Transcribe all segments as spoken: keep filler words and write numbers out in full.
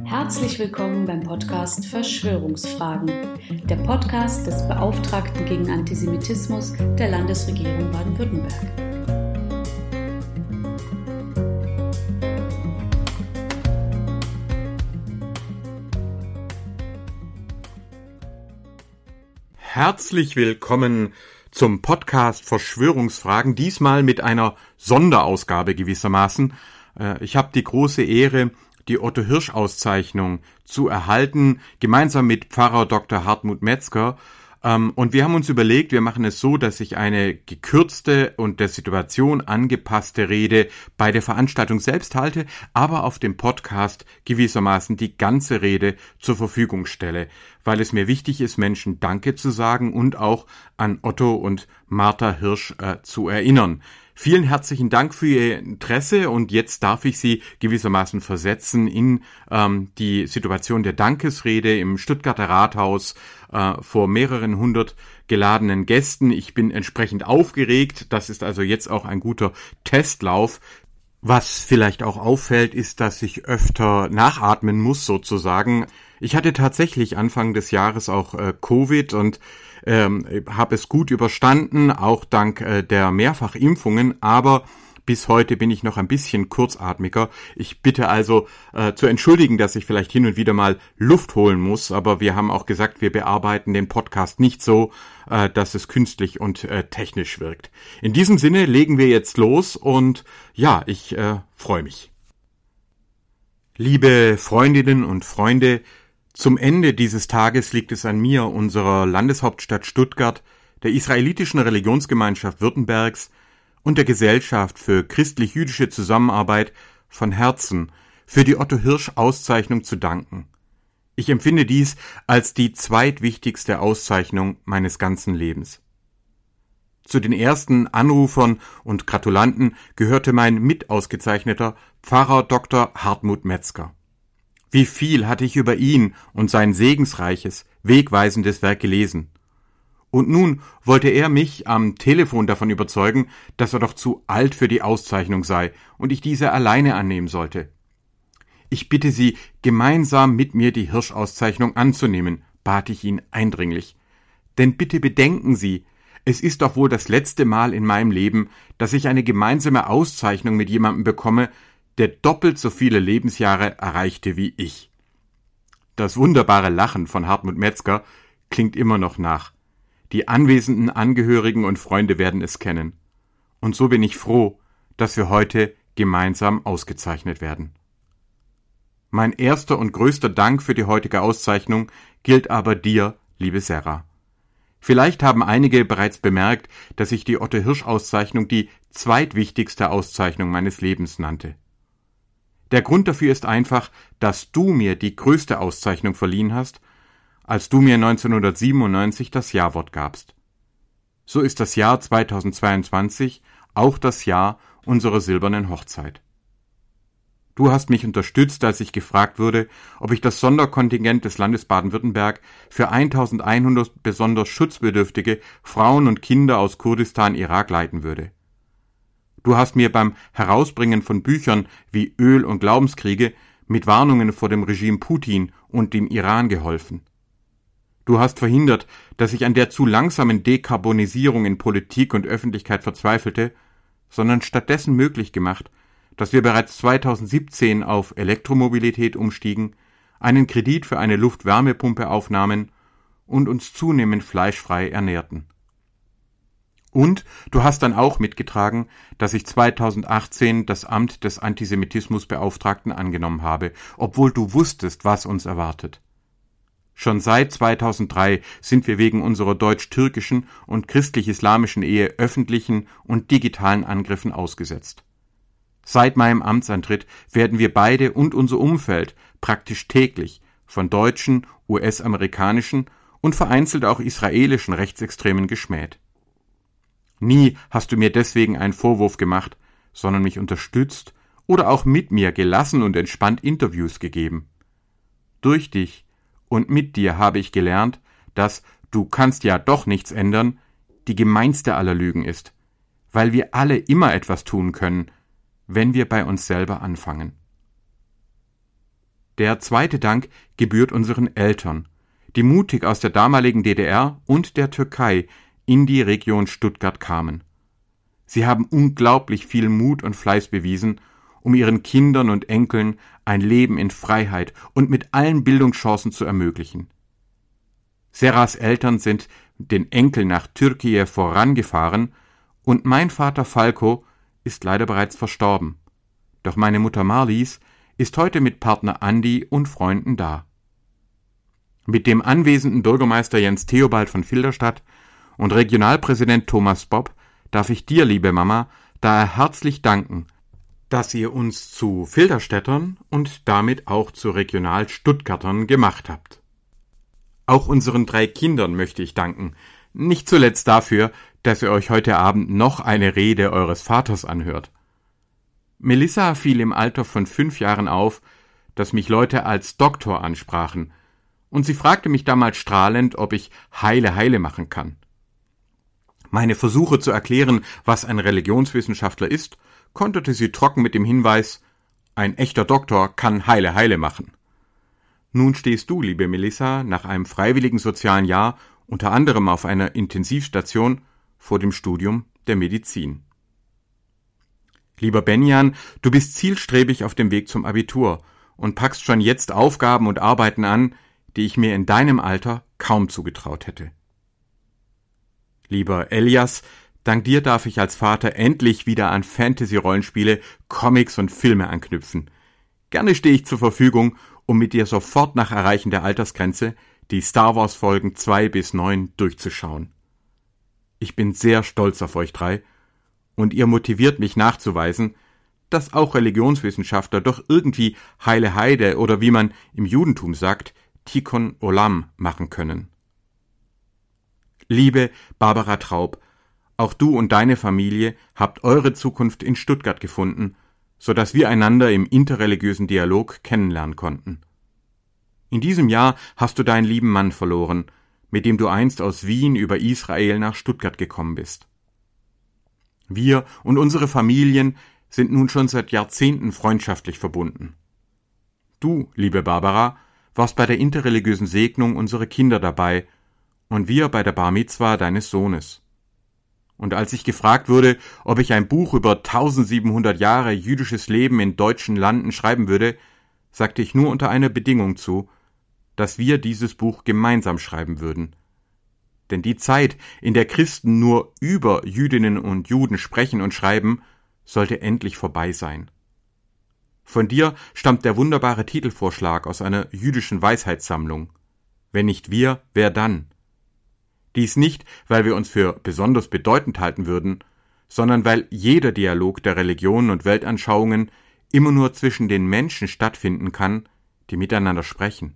Herzlich willkommen beim Podcast Verschwörungsfragen, der Podcast des Beauftragten gegen Antisemitismus der Landesregierung Baden-Württemberg. Herzlich willkommen zum Podcast Verschwörungsfragen, diesmal mit einer Sonderausgabe gewissermaßen. Ich habe die große Ehre, die Otto-Hirsch-Auszeichnung zu erhalten, gemeinsam mit Pfarrer Doktor Hartmut Metzger. Und wir haben uns überlegt, wir machen es so, dass ich eine gekürzte und der Situation angepasste Rede bei der Veranstaltung selbst halte, aber auf dem Podcast gewissermaßen die ganze Rede zur Verfügung stelle, weil es mir wichtig ist, Menschen Danke zu sagen und auch an Otto und Martha Hirsch äh, zu erinnern. Vielen herzlichen Dank für Ihr Interesse und jetzt darf ich Sie gewissermaßen versetzen in ähm, die Situation der Dankesrede im Stuttgarter Rathaus äh, vor mehreren hundert geladenen Gästen. Ich bin entsprechend aufgeregt, das ist also jetzt auch ein guter Testlauf. Was vielleicht auch auffällt, ist, dass ich öfter nachatmen muss sozusagen. Ich hatte tatsächlich Anfang des Jahres auch äh, Covid und ähm, habe es gut überstanden, auch dank äh, der Mehrfachimpfungen, aber bis heute bin ich noch ein bisschen kurzatmiger. Ich bitte also äh, zu entschuldigen, dass ich vielleicht hin und wieder mal Luft holen muss, aber wir haben auch gesagt, wir bearbeiten den Podcast nicht so, äh, dass es künstlich und äh, technisch wirkt. In diesem Sinne legen wir jetzt los und ja, ich äh, freue mich. Liebe Freundinnen und Freunde, zum Ende dieses Tages liegt es an mir, unserer Landeshauptstadt Stuttgart, der israelitischen Religionsgemeinschaft Württembergs und der Gesellschaft für christlich-jüdische Zusammenarbeit von Herzen für die Otto-Hirsch-Auszeichnung zu danken. Ich empfinde dies als die zweitwichtigste Auszeichnung meines ganzen Lebens. Zu den ersten Anrufern und Gratulanten gehörte mein mitausgezeichneter Pfarrer Doktor Hartmut Metzger. Wie viel hatte ich über ihn und sein segensreiches, wegweisendes Werk gelesen. Und nun wollte er mich am Telefon davon überzeugen, dass er doch zu alt für die Auszeichnung sei und ich diese alleine annehmen sollte. Ich bitte Sie, gemeinsam mit mir die Hirsch-Auszeichnung anzunehmen, bat ich ihn eindringlich. Denn bitte bedenken Sie, es ist doch wohl das letzte Mal in meinem Leben, dass ich eine gemeinsame Auszeichnung mit jemandem bekomme, der doppelt so viele Lebensjahre erreichte wie ich. Das wunderbare Lachen von Hartmut Metzger klingt immer noch nach. Die anwesenden Angehörigen und Freunde werden es kennen. Und so bin ich froh, dass wir heute gemeinsam ausgezeichnet werden. Mein erster und größter Dank für die heutige Auszeichnung gilt aber dir, liebe Sarah. Vielleicht haben einige bereits bemerkt, dass ich die Otto-Hirsch-Auszeichnung die zweitwichtigste Auszeichnung meines Lebens nannte. Der Grund dafür ist einfach, dass du mir die größte Auszeichnung verliehen hast, als du mir neunzehnhundertsiebenundneunzig das Ja-Wort gabst. So ist das Jahr zweitausendzweiundzwanzig auch das Jahr unserer silbernen Hochzeit. Du hast mich unterstützt, als ich gefragt wurde, ob ich das Sonderkontingent des Landes Baden-Württemberg für eintausendeinhundert besonders schutzbedürftige Frauen und Kinder aus Kurdistan, Irak leiten würde. Du hast mir beim Herausbringen von Büchern wie Öl- und Glaubenskriege mit Warnungen vor dem Regime Putin und dem Iran geholfen. Du hast verhindert, dass ich an der zu langsamen Dekarbonisierung in Politik und Öffentlichkeit verzweifelte, sondern stattdessen möglich gemacht, dass wir bereits zweitausendsiebzehn auf Elektromobilität umstiegen, einen Kredit für eine Luftwärmepumpe aufnahmen und uns zunehmend fleischfrei ernährten. Und du hast dann auch mitgetragen, dass ich zweitausendachtzehn das Amt des Antisemitismusbeauftragten angenommen habe, obwohl du wusstest, was uns erwartet. Schon seit zweitausenddrei sind wir wegen unserer deutsch-türkischen und christlich-islamischen Ehe öffentlichen und digitalen Angriffen ausgesetzt. Seit meinem Amtsantritt werden wir beide und unser Umfeld praktisch täglich von deutschen, U S-amerikanischen und vereinzelt auch israelischen Rechtsextremen geschmäht. Nie hast du mir deswegen einen Vorwurf gemacht, sondern mich unterstützt oder auch mit mir gelassen und entspannt Interviews gegeben. Durch dich und mit dir habe ich gelernt, dass du kannst ja doch nichts ändern, die gemeinste aller Lügen ist, weil wir alle immer etwas tun können, wenn wir bei uns selber anfangen. Der zweite Dank gebührt unseren Eltern, die mutig aus der damaligen D D R und der Türkei in die Region Stuttgart kamen. Sie haben unglaublich viel Mut und Fleiß bewiesen, um ihren Kindern und Enkeln ein Leben in Freiheit und mit allen Bildungschancen zu ermöglichen. Serras Eltern sind den Enkel nach Türkei vorangefahren und mein Vater Falko ist leider bereits verstorben. Doch meine Mutter Marlies ist heute mit Partner Andi und Freunden da. Mit dem anwesenden Bürgermeister Jens Theobald von Filderstadt und Regionalpräsident Thomas Bob darf ich dir, liebe Mama, daher herzlich danken, dass ihr uns zu Filderstädtern und damit auch zu Regional-Stuttgartern gemacht habt. Auch unseren drei Kindern möchte ich danken, nicht zuletzt dafür, dass ihr euch heute Abend noch eine Rede eures Vaters anhört. Melissa fiel im Alter von fünf Jahren auf, dass mich Leute als Doktor ansprachen, und sie fragte mich damals strahlend, ob ich Heile Heile machen kann. Meine Versuche zu erklären, was ein Religionswissenschaftler ist, konterte sie trocken mit dem Hinweis, ein echter Doktor kann Heile Heile machen. Nun stehst du, liebe Melissa, nach einem freiwilligen sozialen Jahr, unter anderem auf einer Intensivstation, vor dem Studium der Medizin. Lieber Benjan, du bist zielstrebig auf dem Weg zum Abitur und packst schon jetzt Aufgaben und Arbeiten an, die ich mir in deinem Alter kaum zugetraut hätte. Lieber Elias, dank dir darf ich als Vater endlich wieder an Fantasy-Rollenspiele, Comics und Filme anknüpfen. Gerne stehe ich zur Verfügung, um mit dir sofort nach Erreichen der Altersgrenze die Star Wars Folgen zwei bis neun durchzuschauen. Ich bin sehr stolz auf euch drei und ihr motiviert mich nachzuweisen, dass auch Religionswissenschaftler doch irgendwie Heile Heide oder wie man im Judentum sagt, Tikkun Olam machen können. Liebe Barbara Traub, auch du und deine Familie habt eure Zukunft in Stuttgart gefunden, so dass wir einander im interreligiösen Dialog kennenlernen konnten. In diesem Jahr hast du deinen lieben Mann verloren, mit dem du einst aus Wien über Israel nach Stuttgart gekommen bist. Wir und unsere Familien sind nun schon seit Jahrzehnten freundschaftlich verbunden. Du, liebe Barbara, warst bei der interreligiösen Segnung unserer Kinder dabei und wir bei der Bar Mitzwa deines Sohnes. Und als ich gefragt wurde, ob ich ein Buch über tausendsiebenhundert Jahre jüdisches Leben in deutschen Landen schreiben würde, sagte ich nur unter einer Bedingung zu, dass wir dieses Buch gemeinsam schreiben würden. Denn die Zeit, in der Christen nur über Jüdinnen und Juden sprechen und schreiben, sollte endlich vorbei sein. Von dir stammt der wunderbare Titelvorschlag aus einer jüdischen Weisheitssammlung. Wenn nicht wir, wer dann? Dies nicht, weil wir uns für besonders bedeutend halten würden, sondern weil jeder Dialog der Religionen und Weltanschauungen immer nur zwischen den Menschen stattfinden kann, die miteinander sprechen.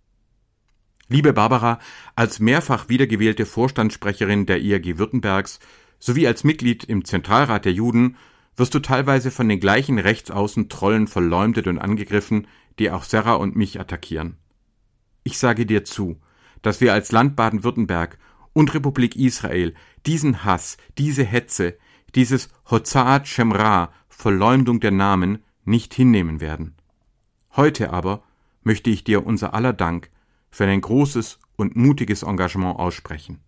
Liebe Barbara, als mehrfach wiedergewählte Vorstandssprecherin der I A G Württembergs sowie als Mitglied im Zentralrat der Juden wirst du teilweise von den gleichen Rechtsaußen-Trollen verleumdet und angegriffen, die auch Serra und mich attackieren. Ich sage dir zu, dass wir als Land Baden-Württemberg und Republik Israel diesen Hass, diese Hetze, dieses Hozaat Shemra, Verleumdung der Namen, nicht hinnehmen werden. Heute aber möchte ich dir unser aller Dank für ein großes und mutiges Engagement aussprechen.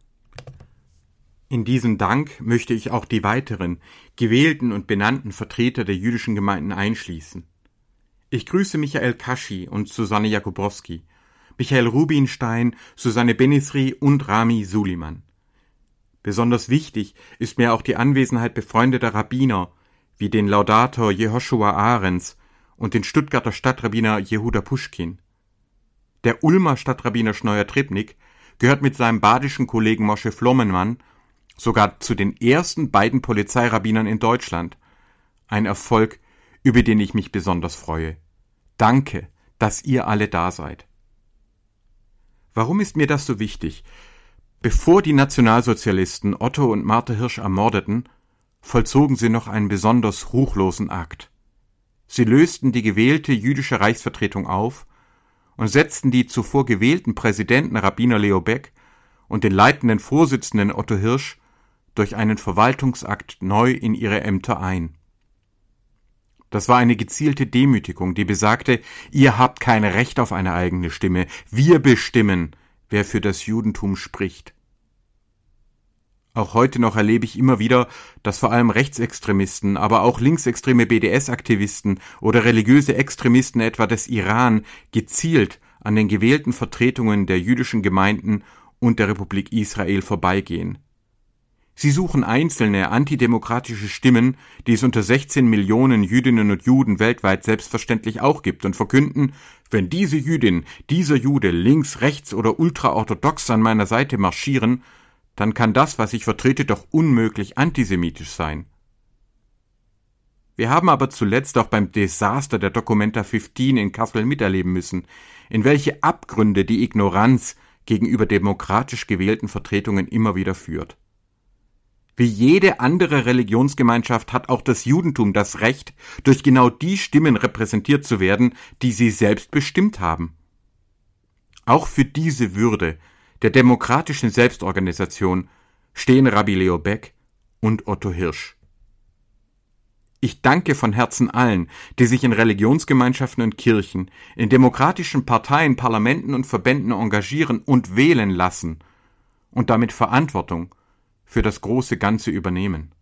In diesen Dank möchte ich auch die weiteren, gewählten und benannten Vertreter der jüdischen Gemeinden einschließen. Ich grüße Michael Kaschi und Susanne Jakubowski, Michael Rubinstein, Susanne Benisri und Rami Suliman. Besonders wichtig ist mir auch die Anwesenheit befreundeter Rabbiner, wie den Laudator Jehoshua Ahrens und den Stuttgarter Stadtrabbiner Jehuda Puschkin. Der Ulmer Stadtrabbiner Schneuer Tribnik gehört mit seinem badischen Kollegen Moshe Flommenmann sogar zu den ersten beiden Polizeirabbinern in Deutschland. Ein Erfolg, über den ich mich besonders freue. Danke, dass ihr alle da seid. Warum ist mir das so wichtig? Bevor die Nationalsozialisten Otto und Martha Hirsch ermordeten, vollzogen sie noch einen besonders ruchlosen Akt. Sie lösten die gewählte jüdische Reichsvertretung auf und setzten die zuvor gewählten Präsidenten Rabbiner Leo Beck und den leitenden Vorsitzenden Otto Hirsch durch einen Verwaltungsakt neu in ihre Ämter ein. Das war eine gezielte Demütigung, die besagte, ihr habt kein Recht auf eine eigene Stimme, wir bestimmen, wer für das Judentum spricht. Auch heute noch erlebe ich immer wieder, dass vor allem Rechtsextremisten, aber auch linksextreme B D S-Aktivisten oder religiöse Extremisten etwa des Iran gezielt an den gewählten Vertretungen der jüdischen Gemeinden und der Republik Israel vorbeigehen. Sie suchen einzelne antidemokratische Stimmen, die es unter sechzehn Millionen Jüdinnen und Juden weltweit selbstverständlich auch gibt, und verkünden, wenn diese Jüdin, dieser Jude links, rechts oder ultraorthodox an meiner Seite marschieren, dann kann das, was ich vertrete, doch unmöglich antisemitisch sein. Wir haben aber zuletzt auch beim Desaster der Documenta fünfzehn in Kassel miterleben müssen, in welche Abgründe die Ignoranz gegenüber demokratisch gewählten Vertretungen immer wieder führt. Wie jede andere Religionsgemeinschaft hat auch das Judentum das Recht, durch genau die Stimmen repräsentiert zu werden, die sie selbst bestimmt haben. Auch für diese Würde der demokratischen Selbstorganisation stehen Rabbi Leo Beck und Otto Hirsch. Ich danke von Herzen allen, die sich in Religionsgemeinschaften und Kirchen, in demokratischen Parteien, Parlamenten und Verbänden engagieren und wählen lassen und damit Verantwortung für das große Ganze übernehmen.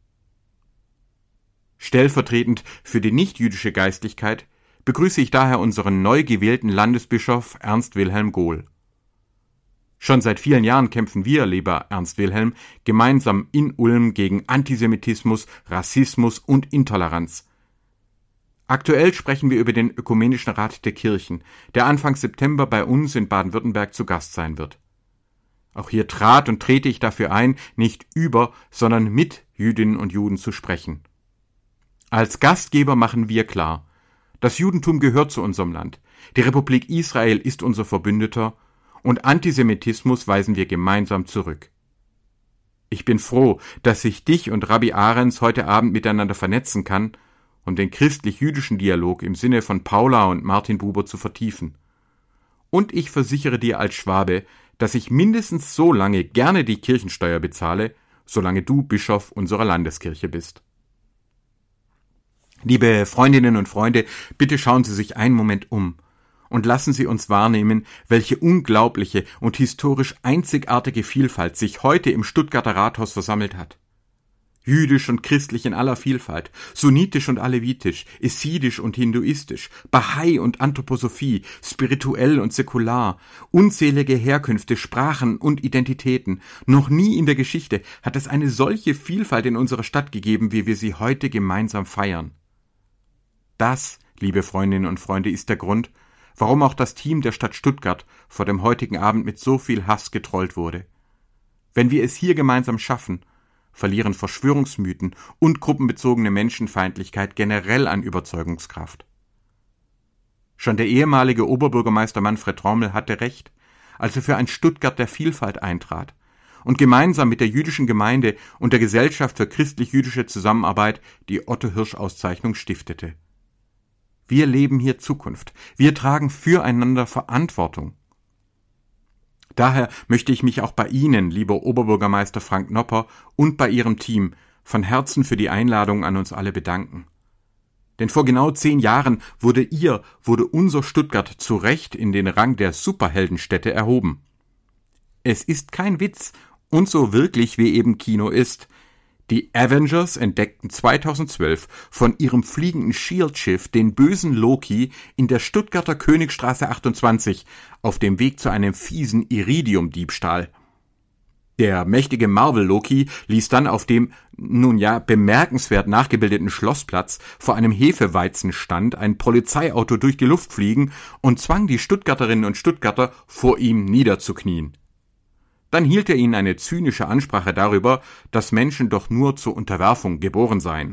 Stellvertretend für die nichtjüdische Geistlichkeit begrüße ich daher unseren neu gewählten Landesbischof Ernst Wilhelm Gohl. Schon seit vielen Jahren kämpfen wir, lieber Ernst Wilhelm, gemeinsam in Ulm gegen Antisemitismus, Rassismus und Intoleranz. Aktuell sprechen wir über den Ökumenischen Rat der Kirchen, der Anfang September bei uns in Baden-Württemberg zu Gast sein wird. Auch hier trat und trete ich dafür ein, nicht über, sondern mit Jüdinnen und Juden zu sprechen. Als Gastgeber machen wir klar, das Judentum gehört zu unserem Land, die Republik Israel ist unser Verbündeter, und Antisemitismus weisen wir gemeinsam zurück. Ich bin froh, dass ich dich und Rabbi Ahrens heute Abend miteinander vernetzen kann, um den christlich-jüdischen Dialog im Sinne von Paula und Martin Buber zu vertiefen. Und ich versichere dir als Schwabe, dass ich mindestens so lange gerne die Kirchensteuer bezahle, solange du Bischof unserer Landeskirche bist. Liebe Freundinnen und Freunde, bitte schauen Sie sich einen Moment um und lassen Sie uns wahrnehmen, welche unglaubliche und historisch einzigartige Vielfalt sich heute im Stuttgarter Rathaus versammelt hat. Jüdisch und christlich in aller Vielfalt, sunnitisch und alevitisch, essidisch und hinduistisch, Bahai und Anthroposophie, spirituell und säkular, unzählige Herkünfte, Sprachen und Identitäten. Noch nie in der Geschichte hat es eine solche Vielfalt in unserer Stadt gegeben, wie wir sie heute gemeinsam feiern. Das, liebe Freundinnen und Freunde, ist der Grund, warum auch das Team der Stadt Stuttgart vor dem heutigen Abend mit so viel Hass getrollt wurde. Wenn wir es hier gemeinsam schaffen, verlieren Verschwörungsmythen und gruppenbezogene Menschenfeindlichkeit generell an Überzeugungskraft. Schon der ehemalige Oberbürgermeister Manfred Rommel hatte recht, als er für ein Stuttgart der Vielfalt eintrat und gemeinsam mit der jüdischen Gemeinde und der Gesellschaft für christlich-jüdische Zusammenarbeit die Otto-Hirsch-Auszeichnung stiftete. Wir leben hier Zukunft. Wir tragen füreinander Verantwortung. Daher möchte ich mich auch bei Ihnen, lieber Oberbürgermeister Frank Nopper, und bei Ihrem Team von Herzen für die Einladung an uns alle bedanken. Denn vor genau zehn Jahren wurde ihr, wurde unser Stuttgart zu Recht in den Rang der Superheldenstädte erhoben. Es ist kein Witz und so wirklich, wie eben Kino ist. Die Avengers entdeckten zweitausendzwölf von ihrem fliegenden Shield-Schiff den bösen Loki in der Stuttgarter Königstraße achtundzwanzig auf dem Weg zu einem fiesen Iridium-Diebstahl. Der mächtige Marvel-Loki ließ dann auf dem, nun ja, bemerkenswert nachgebildeten Schlossplatz vor einem Hefeweizenstand ein Polizeiauto durch die Luft fliegen und zwang die Stuttgarterinnen und Stuttgarter, vor ihm niederzuknien. Dann hielt er ihnen eine zynische Ansprache darüber, dass Menschen doch nur zur Unterwerfung geboren seien.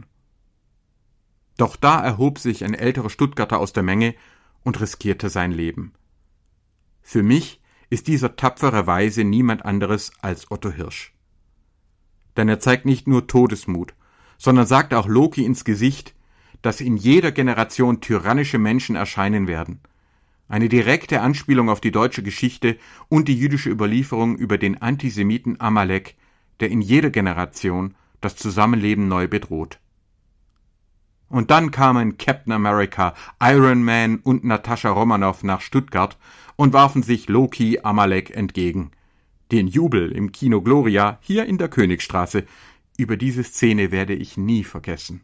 Doch da erhob sich ein älterer Stuttgarter aus der Menge und riskierte sein Leben. Für mich ist dieser tapfere Weise niemand anderes als Otto Hirsch. Denn er zeigt nicht nur Todesmut, sondern sagt auch Loki ins Gesicht, dass in jeder Generation tyrannische Menschen erscheinen werden. Eine direkte Anspielung auf die deutsche Geschichte und die jüdische Überlieferung über den Antisemiten Amalek, der in jeder Generation das Zusammenleben neu bedroht. Und dann kamen Captain America, Iron Man und Natascha Romanoff nach Stuttgart und warfen sich Loki Amalek entgegen. Den Jubel im Kino Gloria hier in der Königstraße, über diese Szene werde ich nie vergessen.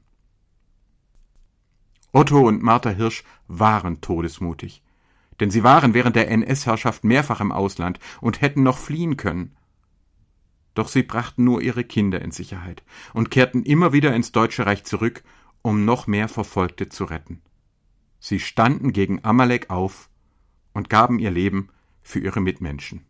Otto und Martha Hirsch waren todesmutig, denn sie waren während der N S-Herrschaft mehrfach im Ausland und hätten noch fliehen können. Doch sie brachten nur ihre Kinder in Sicherheit und kehrten immer wieder ins Deutsche Reich zurück, um noch mehr Verfolgte zu retten. Sie standen gegen Amalek auf und gaben ihr Leben für ihre Mitmenschen.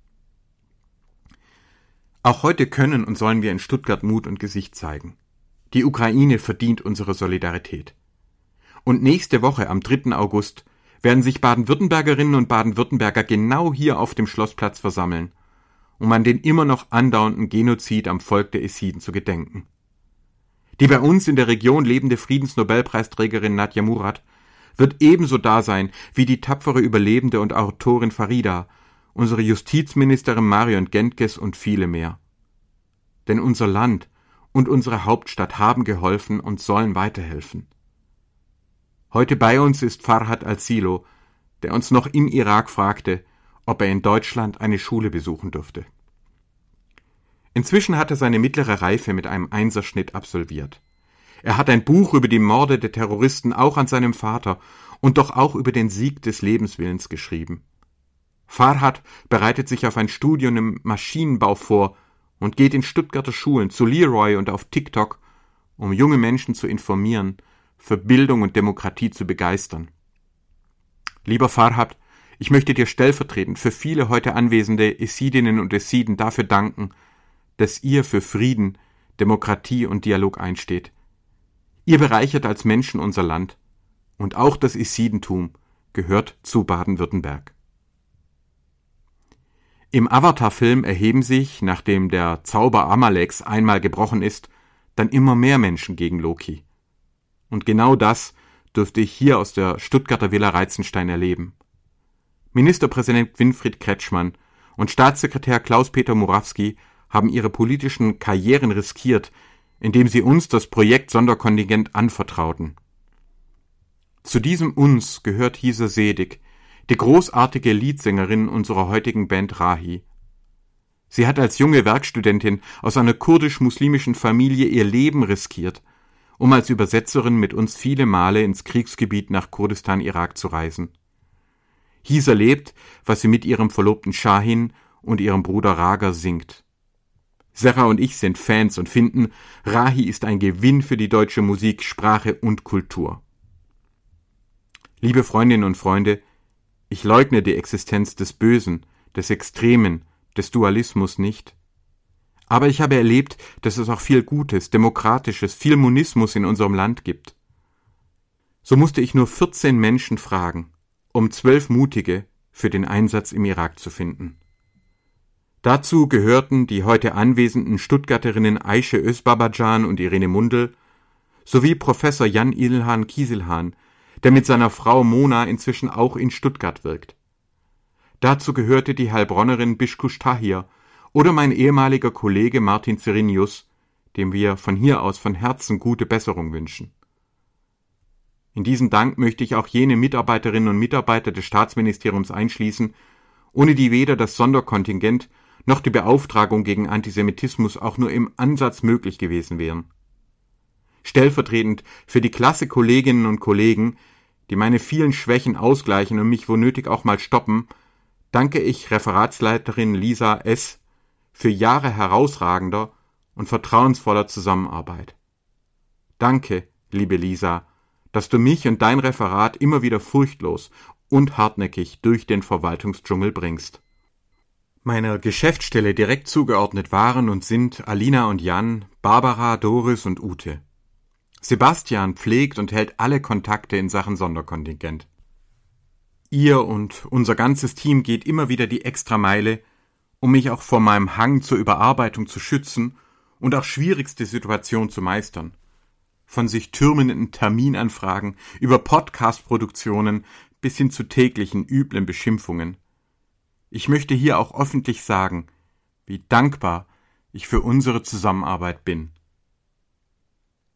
Auch heute können und sollen wir in Stuttgart Mut und Gesicht zeigen. Die Ukraine verdient unsere Solidarität. Und nächste Woche, am dritten August, werden sich Baden-Württembergerinnen und Baden-Württemberger genau hier auf dem Schlossplatz versammeln, um an den immer noch andauernden Genozid am Volk der Jesiden zu gedenken. Die bei uns in der Region lebende Friedensnobelpreisträgerin Nadja Murad wird ebenso da sein wie die tapfere Überlebende und Autorin Farida, unsere Justizministerin Marion Gentges und viele mehr. Denn unser Land und unsere Hauptstadt haben geholfen und sollen weiterhelfen. Heute bei uns ist Farhad Al-Silo, der uns noch im Irak fragte, ob er in Deutschland eine Schule besuchen dürfte. Inzwischen hat er seine mittlere Reife mit einem Einserschnitt absolviert. Er hat ein Buch über die Morde der Terroristen auch an seinem Vater und doch auch über den Sieg des Lebenswillens geschrieben. Farhad bereitet sich auf ein Studium im Maschinenbau vor und geht in Stuttgarter Schulen zu Leroy und auf TikTok, um junge Menschen zu informieren, für Bildung und Demokratie zu begeistern. Lieber Farhad, ich möchte dir stellvertretend für viele heute anwesende Jesidinnen und Jesiden dafür danken, dass ihr für Frieden, Demokratie und Dialog einsteht. Ihr bereichert als Menschen unser Land und auch das Jesidentum gehört zu Baden-Württemberg. Im Avatar-Film erheben sich, nachdem der Zauber Amaleks einmal gebrochen ist, dann immer mehr Menschen gegen Loki. Und genau das dürfte ich hier aus der Stuttgarter Villa Reitzenstein erleben. Ministerpräsident Winfried Kretschmann und Staatssekretär Klaus-Peter Morawski haben ihre politischen Karrieren riskiert, indem sie uns das Projekt Sonderkontingent anvertrauten. Zu diesem Uns gehört Hisa Sedig, die großartige Leadsängerin unserer heutigen Band Rahi. Sie hat als junge Werkstudentin aus einer kurdisch-muslimischen Familie ihr Leben riskiert, um als Übersetzerin mit uns viele Male ins Kriegsgebiet nach Kurdistan, Irak zu reisen. Hisa lebt, was sie mit ihrem Verlobten Shahin und ihrem Bruder Raga singt. Serra und ich sind Fans und finden, Rahi ist ein Gewinn für die deutsche Musik, Sprache und Kultur. Liebe Freundinnen und Freunde, ich leugne die Existenz des Bösen, des Extremen, des Dualismus nicht. Aber ich habe erlebt, dass es auch viel Gutes, Demokratisches, viel Monismus in unserem Land gibt. So musste ich nur vierzehn Menschen fragen, um zwölf Mutige für den Einsatz im Irak zu finden. Dazu gehörten die heute anwesenden Stuttgarterinnen Aische Özbabacan und Irene Mundl sowie Professor Jan Ilhan Kieselhan, der mit seiner Frau Mona inzwischen auch in Stuttgart wirkt. Dazu gehörte die Heilbronnerin Bishkush Tahir oder mein ehemaliger Kollege Martin Zerinius, dem wir von hier aus von Herzen gute Besserung wünschen. In diesen Dank möchte ich auch jene Mitarbeiterinnen und Mitarbeiter des Staatsministeriums einschließen, ohne die weder das Sonderkontingent noch die Beauftragung gegen Antisemitismus auch nur im Ansatz möglich gewesen wären. Stellvertretend für die klasse Kolleginnen und Kollegen, die meine vielen Schwächen ausgleichen und mich wo nötig auch mal stoppen, danke ich Referatsleiterin Lisa S. für Jahre herausragender und vertrauensvoller Zusammenarbeit. Danke, liebe Lisa, dass du mich und dein Referat immer wieder furchtlos und hartnäckig durch den Verwaltungsdschungel bringst. Meiner Geschäftsstelle direkt zugeordnet waren und sind Alina und Jan, Barbara, Doris und Ute. Sebastian pflegt und hält alle Kontakte in Sachen Sonderkontingent. Ihr und unser ganzes Team geht immer wieder die Extrameile, um mich auch vor meinem Hang zur Überarbeitung zu schützen und auch schwierigste Situationen zu meistern. Von sich türmenden Terminanfragen über Podcast-Produktionen bis hin zu täglichen üblen Beschimpfungen. Ich möchte hier auch öffentlich sagen, wie dankbar ich für unsere Zusammenarbeit bin.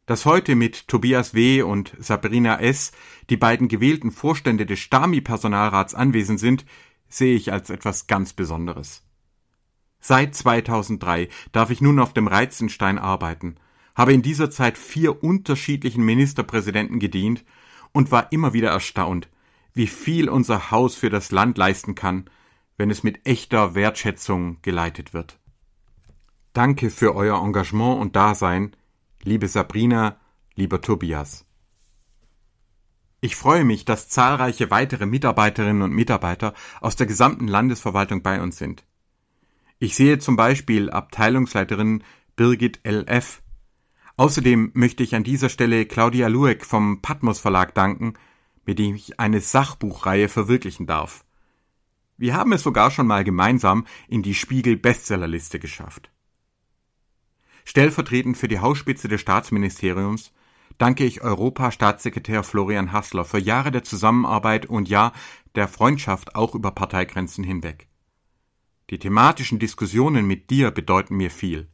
Dass heute mit Tobias W. und Sabrina S. die beiden gewählten Vorstände des Stami-Personalrats anwesend sind, sehe ich als etwas ganz Besonderes. Seit zweitausenddrei darf ich nun auf dem Reizenstein arbeiten, habe in dieser Zeit vier unterschiedlichen Ministerpräsidenten gedient und war immer wieder erstaunt, wie viel unser Haus für das Land leisten kann, wenn es mit echter Wertschätzung geleitet wird. Danke für euer Engagement und Dasein, liebe Sabrina, lieber Tobias. Ich freue mich, dass zahlreiche weitere Mitarbeiterinnen und Mitarbeiter aus der gesamten Landesverwaltung bei uns sind. Ich sehe zum Beispiel Abteilungsleiterin Birgit L F. Außerdem möchte ich an dieser Stelle Claudia Lueck vom Patmos Verlag danken, mit dem ich eine Sachbuchreihe verwirklichen darf. Wir haben es sogar schon mal gemeinsam in die Spiegel-Bestsellerliste geschafft. Stellvertretend für die Hausspitze des Staatsministeriums danke ich Europa-Staatssekretär Florian Hassler für Jahre der Zusammenarbeit und ja, der Freundschaft auch über Parteigrenzen hinweg. Die thematischen Diskussionen mit dir bedeuten mir viel.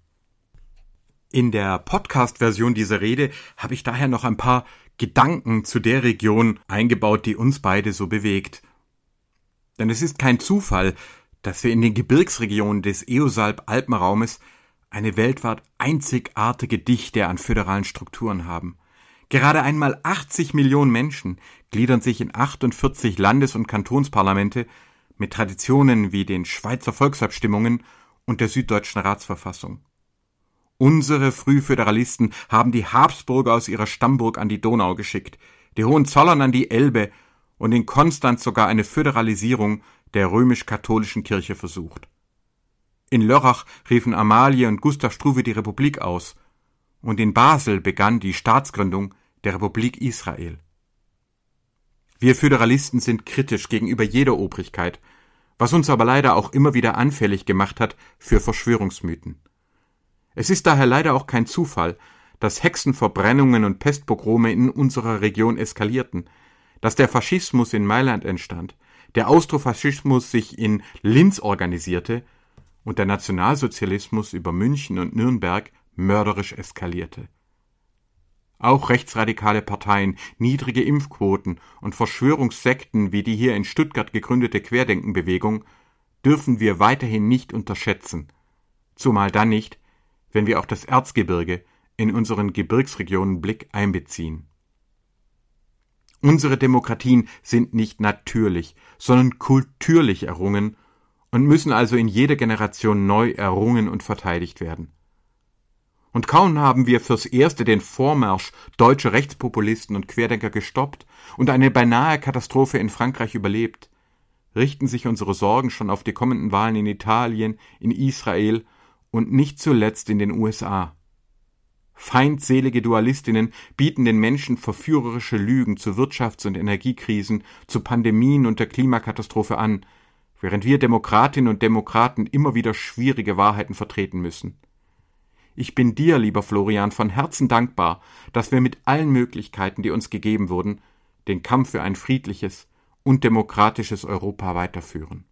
In der Podcast-Version dieser Rede habe ich daher noch ein paar Gedanken zu der Region eingebaut, die uns beide so bewegt. Denn es ist kein Zufall, dass wir in den Gebirgsregionen des Eosalp-Alpenraumes eine weltweit einzigartige Dichte an föderalen Strukturen haben. Gerade einmal achtzig Millionen Menschen gliedern sich in achtundvierzig Landes- und Kantonsparlamente mit Traditionen wie den Schweizer Volksabstimmungen und der Süddeutschen Ratsverfassung. Unsere Frühföderalisten haben die Habsburger aus ihrer Stammburg an die Donau geschickt, die Hohenzollern an die Elbe und in Konstanz sogar eine Föderalisierung der römisch-katholischen Kirche versucht. In Lörrach riefen Amalie und Gustav Struve die Republik aus und in Basel begann die Staatsgründung der Republik Israel. Wir Föderalisten sind kritisch gegenüber jeder Obrigkeit, was uns aber leider auch immer wieder anfällig gemacht hat für Verschwörungsmythen. Es ist daher leider auch kein Zufall, dass Hexenverbrennungen und Pestpogrome in unserer Region eskalierten, dass der Faschismus in Mailand entstand, der Austrofaschismus sich in Linz organisierte und der Nationalsozialismus über München und Nürnberg mörderisch eskalierte. Auch rechtsradikale Parteien, niedrige Impfquoten und Verschwörungssekten wie die hier in Stuttgart gegründete Querdenkenbewegung dürfen wir weiterhin nicht unterschätzen, zumal dann nicht, wenn wir auch das Erzgebirge in unseren Gebirgsregionen Blick einbeziehen. Unsere Demokratien sind nicht natürlich, sondern kulturlich errungen und müssen also in jeder Generation neu errungen und verteidigt werden. Und kaum haben wir fürs Erste den Vormarsch deutscher Rechtspopulisten und Querdenker gestoppt und eine beinahe Katastrophe in Frankreich überlebt, richten sich unsere Sorgen schon auf die kommenden Wahlen in Italien, in Israel und nicht zuletzt in den U S A. Feindselige Dualistinnen bieten den Menschen verführerische Lügen zu Wirtschafts- und Energiekrisen, zu Pandemien und der Klimakatastrophe an, während wir Demokratinnen und Demokraten immer wieder schwierige Wahrheiten vertreten müssen. Ich bin dir, lieber Florian, von Herzen dankbar, dass wir mit allen Möglichkeiten, die uns gegeben wurden, den Kampf für ein friedliches und demokratisches Europa weiterführen.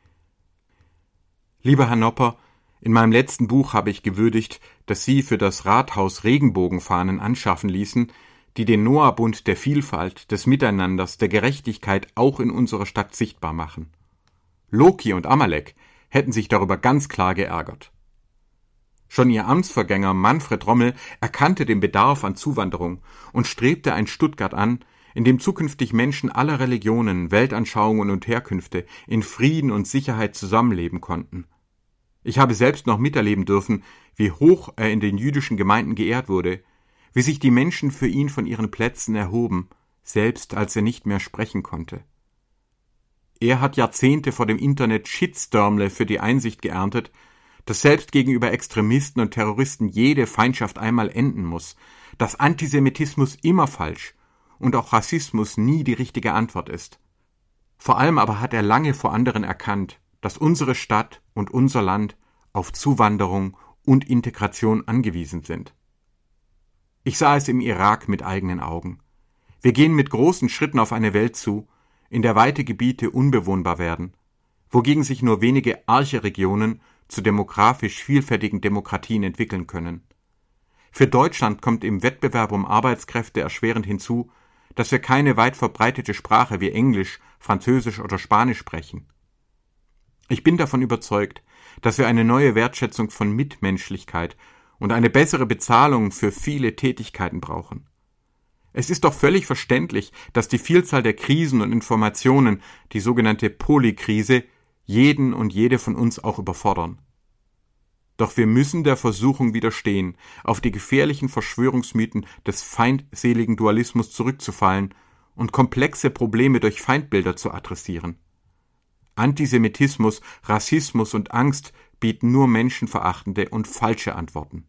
Lieber Herr Nopper, in meinem letzten Buch habe ich gewürdigt, dass Sie für das Rathaus Regenbogenfahnen anschaffen ließen, die den Noah-Bund der Vielfalt, des Miteinanders, der Gerechtigkeit auch in unserer Stadt sichtbar machen. Loki und Amalek hätten sich darüber ganz klar geärgert. Schon ihr Amtsvergänger Manfred Rommel erkannte den Bedarf an Zuwanderung und strebte ein Stuttgart an, in dem zukünftig Menschen aller Religionen, Weltanschauungen und Herkünfte in Frieden und Sicherheit zusammenleben konnten. Ich habe selbst noch miterleben dürfen, wie hoch er in den jüdischen Gemeinden geehrt wurde, wie sich die Menschen für ihn von ihren Plätzen erhoben, selbst als er nicht mehr sprechen konnte. Er hat Jahrzehnte vor dem Internet Shitstormle für die Einsicht geerntet, dass selbst gegenüber Extremisten und Terroristen jede Feindschaft einmal enden muss, dass Antisemitismus immer falsch und auch Rassismus nie die richtige Antwort ist. Vor allem aber hat er lange vor anderen erkannt, dass unsere Stadt und unser Land auf Zuwanderung und Integration angewiesen sind. Ich sah es im Irak mit eigenen Augen. Wir gehen mit großen Schritten auf eine Welt zu, in der weite Gebiete unbewohnbar werden, wogegen sich nur wenige arche Regionen zu demografisch vielfältigen Demokratien entwickeln können. Für Deutschland kommt im Wettbewerb um Arbeitskräfte erschwerend hinzu, dass wir keine weit verbreitete Sprache wie Englisch, Französisch oder Spanisch sprechen. Ich bin davon überzeugt, dass wir eine neue Wertschätzung von Mitmenschlichkeit und eine bessere Bezahlung für viele Tätigkeiten brauchen. Es ist doch völlig verständlich, dass die Vielzahl der Krisen und Informationen, die sogenannte Polykrise, jeden und jede von uns auch überfordern. Doch wir müssen der Versuchung widerstehen, auf die gefährlichen Verschwörungsmythen des feindseligen Dualismus zurückzufallen und komplexe Probleme durch Feindbilder zu adressieren. Antisemitismus, Rassismus und Angst bieten nur menschenverachtende und falsche Antworten.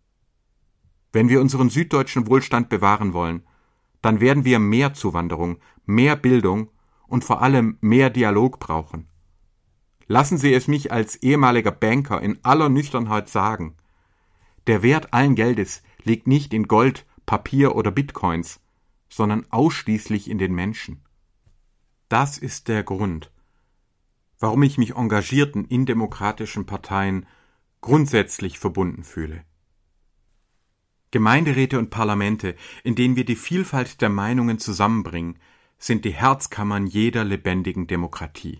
Wenn wir unseren süddeutschen Wohlstand bewahren wollen, dann werden wir mehr Zuwanderung, mehr Bildung und vor allem mehr Dialog brauchen. Lassen Sie es mich als ehemaliger Banker in aller Nüchternheit sagen: Der Wert allen Geldes liegt nicht in Gold, Papier oder Bitcoins, sondern ausschließlich in den Menschen. Das ist der Grund, warum ich mich engagierten in demokratischen Parteien grundsätzlich verbunden fühle. Gemeinderäte und Parlamente, in denen wir die Vielfalt der Meinungen zusammenbringen, sind die Herzkammern jeder lebendigen Demokratie.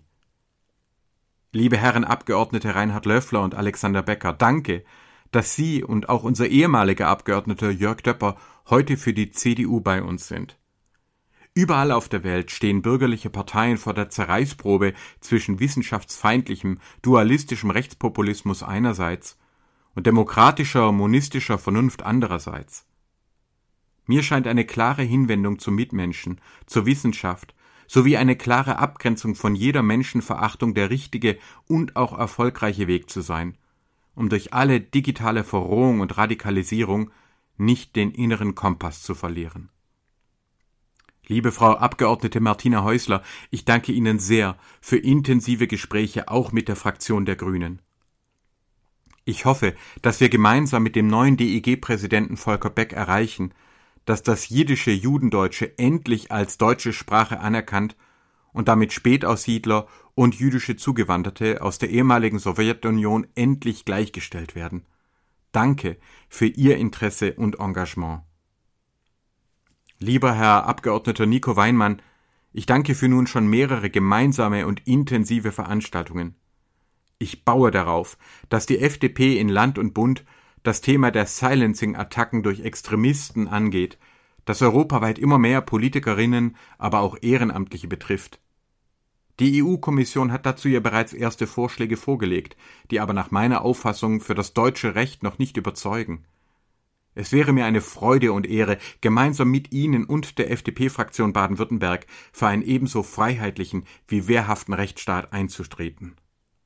Liebe Herren Abgeordnete Reinhard Löffler und Alexander Becker, danke, dass Sie und auch unser ehemaliger Abgeordneter Jörg Döpper heute für die C D U bei uns sind. Überall auf der Welt stehen bürgerliche Parteien vor der Zerreißprobe zwischen wissenschaftsfeindlichem, dualistischem Rechtspopulismus einerseits und demokratischer, monistischer Vernunft andererseits. Mir scheint eine klare Hinwendung zum Mitmenschen, zur Wissenschaft, sowie eine klare Abgrenzung von jeder Menschenverachtung der richtige und auch erfolgreiche Weg zu sein, um durch alle digitale Verrohung und Radikalisierung nicht den inneren Kompass zu verlieren. Liebe Frau Abgeordnete Martina Häusler, ich danke Ihnen sehr für intensive Gespräche auch mit der Fraktion der Grünen. Ich hoffe, dass wir gemeinsam mit dem neuen D I G-Präsidenten Volker Beck erreichen, dass das jiddische Judendeutsche endlich als deutsche Sprache anerkannt und damit Spätaussiedler und jüdische Zugewanderte aus der ehemaligen Sowjetunion endlich gleichgestellt werden. Danke für Ihr Interesse und Engagement. Lieber Herr Abgeordneter Nico Weinmann, ich danke für nun schon mehrere gemeinsame und intensive Veranstaltungen. Ich baue darauf, dass die F D P in Land und Bund das Thema der Silencing-Attacken durch Extremisten angeht, das europaweit immer mehr Politikerinnen, aber auch Ehrenamtliche betrifft. Die E U-Kommission hat dazu ja bereits erste Vorschläge vorgelegt, die aber nach meiner Auffassung für das deutsche Recht noch nicht überzeugen. Es wäre mir eine Freude und Ehre, gemeinsam mit Ihnen und der F D P-Fraktion Baden-Württemberg für einen ebenso freiheitlichen wie wehrhaften Rechtsstaat einzutreten.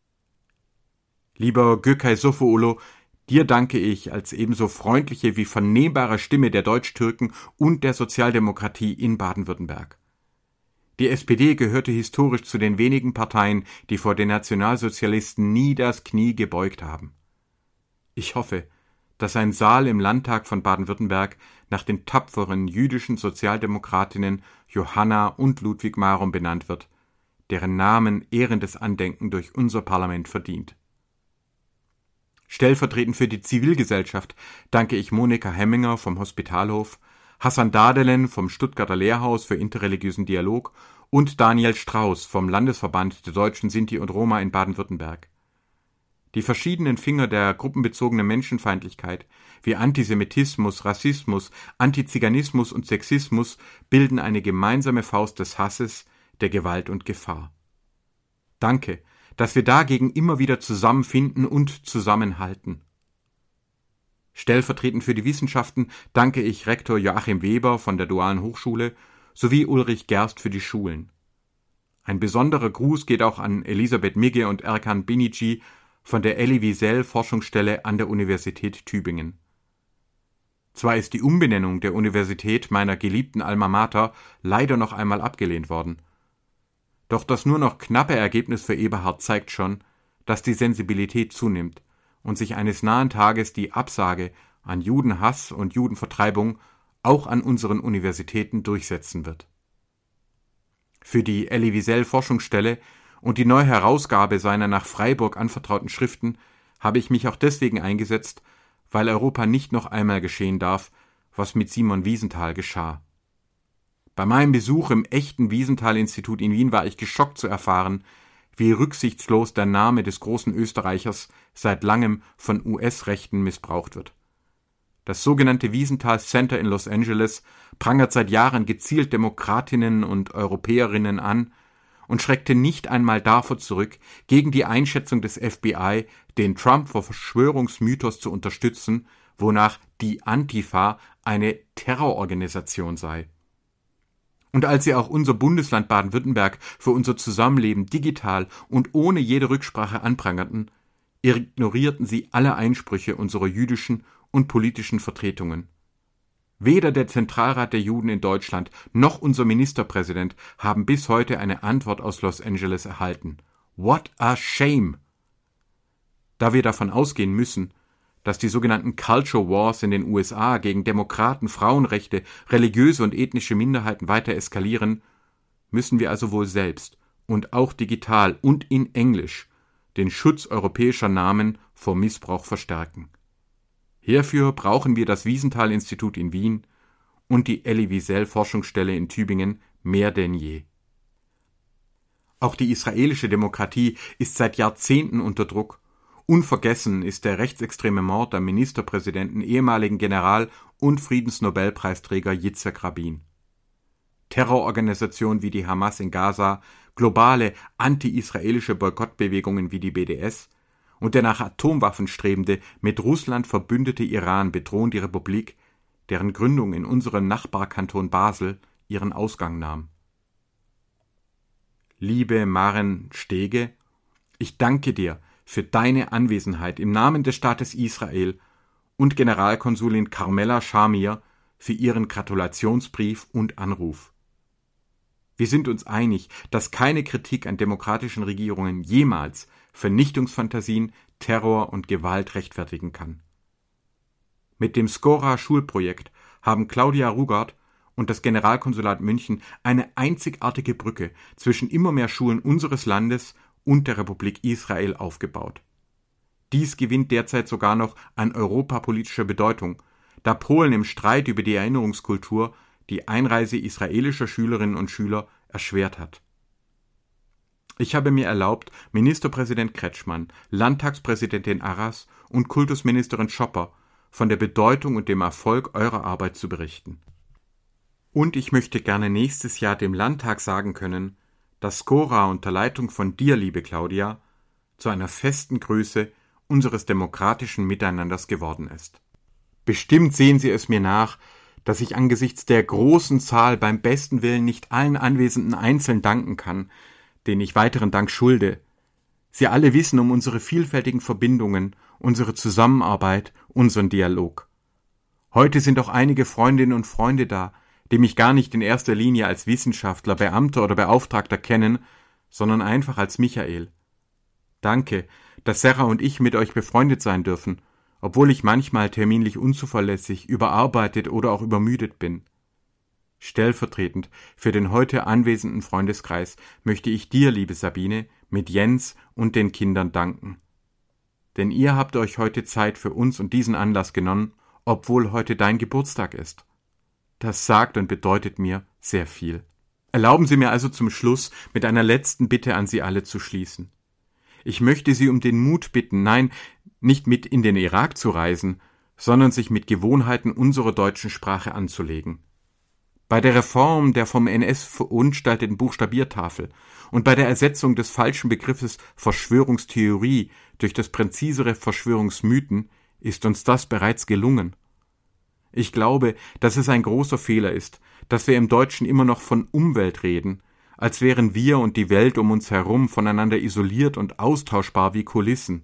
Lieber Gökay Sofooğlu, dir danke ich als ebenso freundliche wie vernehmbare Stimme der Deutsch-Türken und der Sozialdemokratie in Baden-Württemberg. Die S P D gehörte historisch zu den wenigen Parteien, die vor den Nationalsozialisten nie das Knie gebeugt haben. Ich hoffe, dass ein Saal im Landtag von Baden-Württemberg nach den tapferen jüdischen Sozialdemokratinnen Johanna und Ludwig Marum benannt wird, deren Namen ehrendes Andenken durch unser Parlament verdient. Stellvertretend für die Zivilgesellschaft danke ich Monika Hemminger vom Hospitalhof, Hassan Dadelen vom Stuttgarter Lehrhaus für interreligiösen Dialog und Daniel Strauß vom Landesverband der Deutschen Sinti und Roma in Baden-Württemberg. Die verschiedenen Finger der gruppenbezogenen Menschenfeindlichkeit wie Antisemitismus, Rassismus, Antiziganismus und Sexismus bilden eine gemeinsame Faust des Hasses, der Gewalt und Gefahr. Danke, dass wir dagegen immer wieder zusammenfinden und zusammenhalten. Stellvertretend für die Wissenschaften danke ich Rektor Joachim Weber von der Dualen Hochschule sowie Ulrich Gerst für die Schulen. Ein besonderer Gruß geht auch an Elisabeth Migge und Erkan Binici von der Elie Wiesel Forschungsstelle an der Universität Tübingen. Zwar ist die Umbenennung der Universität meiner geliebten Alma Mater leider noch einmal abgelehnt worden, doch das nur noch knappe Ergebnis für Eberhard zeigt schon, dass die Sensibilität zunimmt und sich eines nahen Tages die Absage an Judenhass und Judenvertreibung auch an unseren Universitäten durchsetzen wird. Für die Elie Wiesel Forschungsstelle und die Neuherausgabe seiner nach Freiburg anvertrauten Schriften habe ich mich auch deswegen eingesetzt, weil Europa nicht noch einmal geschehen darf, was mit Simon Wiesenthal geschah. Bei meinem Besuch im echten Wiesenthal-Institut in Wien war ich geschockt zu erfahren, wie rücksichtslos der Name des großen Österreichers seit langem von U S-Rechten missbraucht wird. Das sogenannte Wiesenthal Center in Los Angeles prangert seit Jahren gezielt Demokratinnen und Europäerinnen an und schreckte nicht einmal davor zurück, gegen die Einschätzung des F B I, den Trump-Verschwörungsmythos zu unterstützen, wonach die Antifa eine Terrororganisation sei. Und als sie auch unser Bundesland Baden-Württemberg für unser Zusammenleben digital und ohne jede Rücksprache anprangerten, ignorierten sie alle Einsprüche unserer jüdischen und politischen Vertretungen. Weder der Zentralrat der Juden in Deutschland noch unser Ministerpräsident haben bis heute eine Antwort aus Los Angeles erhalten. What a shame! Da wir davon ausgehen müssen, dass die sogenannten Culture Wars in den U S A gegen Demokraten, Frauenrechte, religiöse und ethnische Minderheiten weiter eskalieren, müssen wir also wohl selbst und auch digital und in Englisch den Schutz europäischer Namen vor Missbrauch verstärken. Hierfür brauchen wir das Wiesenthal-Institut in Wien und die Elie Wiesel-Forschungsstelle in Tübingen mehr denn je. Auch die israelische Demokratie ist seit Jahrzehnten unter Druck. Unvergessen ist der rechtsextreme Mord am Ministerpräsidenten, ehemaligen General und Friedensnobelpreisträger Yitzhak Rabin. Terrororganisationen wie die Hamas in Gaza, globale anti-israelische Boykottbewegungen wie die B D S und der nach Atomwaffen strebende, mit Russland verbündete Iran bedrohen die Republik, deren Gründung in unserem Nachbarkanton Basel ihren Ausgang nahm. Liebe Maren Stege, ich danke dir für deine Anwesenheit im Namen des Staates Israel und Generalkonsulin Carmela Schamir für ihren Gratulationsbrief und Anruf. Wir sind uns einig, dass keine Kritik an demokratischen Regierungen jemals Vernichtungsfantasien, Terror und Gewalt rechtfertigen kann. Mit dem Skora-Schulprojekt haben Claudia Rugard und das Generalkonsulat München eine einzigartige Brücke zwischen immer mehr Schulen unseres Landes und der Republik Israel aufgebaut. Dies gewinnt derzeit sogar noch an europapolitischer Bedeutung, da Polen im Streit über die Erinnerungskultur die Einreise israelischer Schülerinnen und Schüler erschwert hat. Ich habe mir erlaubt, Ministerpräsident Kretschmann, Landtagspräsidentin Arras und Kultusministerin Schopper von der Bedeutung und dem Erfolg eurer Arbeit zu berichten. Und ich möchte gerne nächstes Jahr dem Landtag sagen können, dass Skora unter Leitung von dir, liebe Claudia, zu einer festen Größe unseres demokratischen Miteinanders geworden ist. Bestimmt sehen Sie es mir nach, dass ich angesichts der großen Zahl beim besten Willen nicht allen Anwesenden einzeln danken kann, denen ich weiteren Dank schulde. Sie alle wissen um unsere vielfältigen Verbindungen, unsere Zusammenarbeit, unseren Dialog. Heute sind auch einige Freundinnen und Freunde da, die mich gar nicht in erster Linie als Wissenschaftler, Beamter oder Beauftragter kennen, sondern einfach als Michael. Danke, dass Sarah und ich mit euch befreundet sein dürfen, obwohl ich manchmal terminlich unzuverlässig, überarbeitet oder auch übermüdet bin. Stellvertretend für den heute anwesenden Freundeskreis möchte ich dir, liebe Sabine, mit Jens und den Kindern danken. Denn ihr habt euch heute Zeit für uns und diesen Anlass genommen, obwohl heute dein Geburtstag ist. Das sagt und bedeutet mir sehr viel. Erlauben Sie mir also zum Schluss mit einer letzten Bitte an Sie alle zu schließen. Ich möchte Sie um den Mut bitten, nein, nicht mit in den Irak zu reisen, sondern sich mit Gewohnheiten unserer deutschen Sprache anzulegen. Bei der Reform der vom N S verunstalteten Buchstabiertafel und bei der Ersetzung des falschen Begriffes Verschwörungstheorie durch das präzisere Verschwörungsmythen ist uns das bereits gelungen. Ich glaube, dass es ein großer Fehler ist, dass wir im Deutschen immer noch von Umwelt reden, als wären wir und die Welt um uns herum voneinander isoliert und austauschbar wie Kulissen.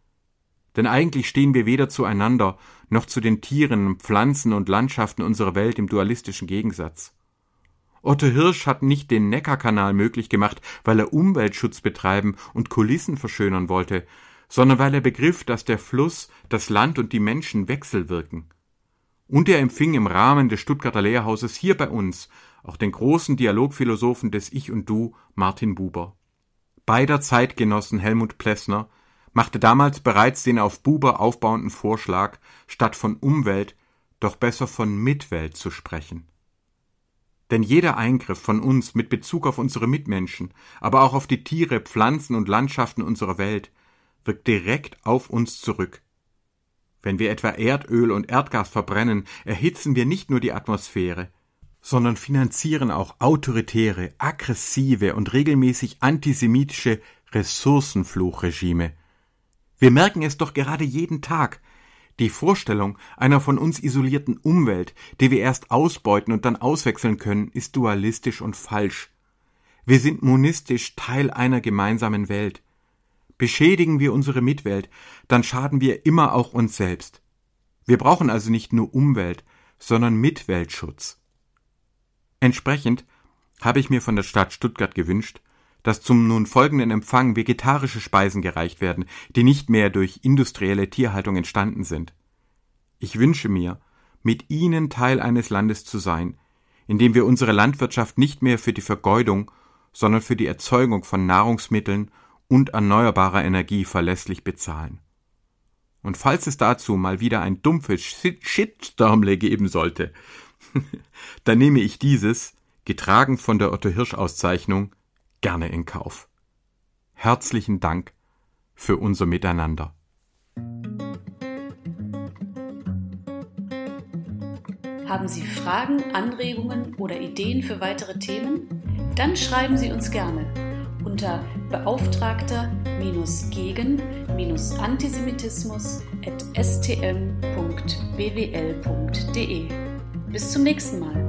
Denn eigentlich stehen wir weder zueinander noch zu den Tieren, Pflanzen und Landschaften unserer Welt im dualistischen Gegensatz. Otto Hirsch hat nicht den Neckarkanal möglich gemacht, weil er Umweltschutz betreiben und Kulissen verschönern wollte, sondern weil er begriff, dass der Fluss, das Land und die Menschen wechselwirken. Und er empfing im Rahmen des Stuttgarter Lehrhauses hier bei uns auch den großen Dialogphilosophen des Ich und Du, Martin Buber. Beider Zeitgenossen Helmut Plessner, machte damals bereits den auf Buber aufbauenden Vorschlag, statt von Umwelt doch besser von Mitwelt zu sprechen. Denn jeder Eingriff von uns mit Bezug auf unsere Mitmenschen, aber auch auf die Tiere, Pflanzen und Landschaften unserer Welt, wirkt direkt auf uns zurück. Wenn wir etwa Erdöl und Erdgas verbrennen, erhitzen wir nicht nur die Atmosphäre, sondern finanzieren auch autoritäre, aggressive und regelmäßig antisemitische Ressourcenfluchregime. Wir merken es doch gerade jeden Tag. Die Vorstellung einer von uns isolierten Umwelt, die wir erst ausbeuten und dann auswechseln können, ist dualistisch und falsch. Wir sind monistisch Teil einer gemeinsamen Welt. Beschädigen wir unsere Mitwelt, dann schaden wir immer auch uns selbst. Wir brauchen also nicht nur Umwelt, sondern Mitweltschutz. Entsprechend habe ich mir von der Stadt Stuttgart gewünscht, dass zum nun folgenden Empfang vegetarische Speisen gereicht werden, die nicht mehr durch industrielle Tierhaltung entstanden sind. Ich wünsche mir, mit Ihnen Teil eines Landes zu sein, in dem wir unsere Landwirtschaft nicht mehr für die Vergeudung, sondern für die Erzeugung von Nahrungsmitteln und erneuerbarer Energie verlässlich bezahlen. Und falls es dazu mal wieder ein dumpfes Shitstormle geben sollte, dann nehme ich dieses, getragen von der Otto-Hirsch-Auszeichnung, gerne in Kauf. Herzlichen Dank für unser Miteinander. Haben Sie Fragen, Anregungen oder Ideen für weitere Themen? Dann schreiben Sie uns gerne unter beauftragter gegen Antisemitismus at s t m punkt b w l punkt d e. Bis zum nächsten Mal.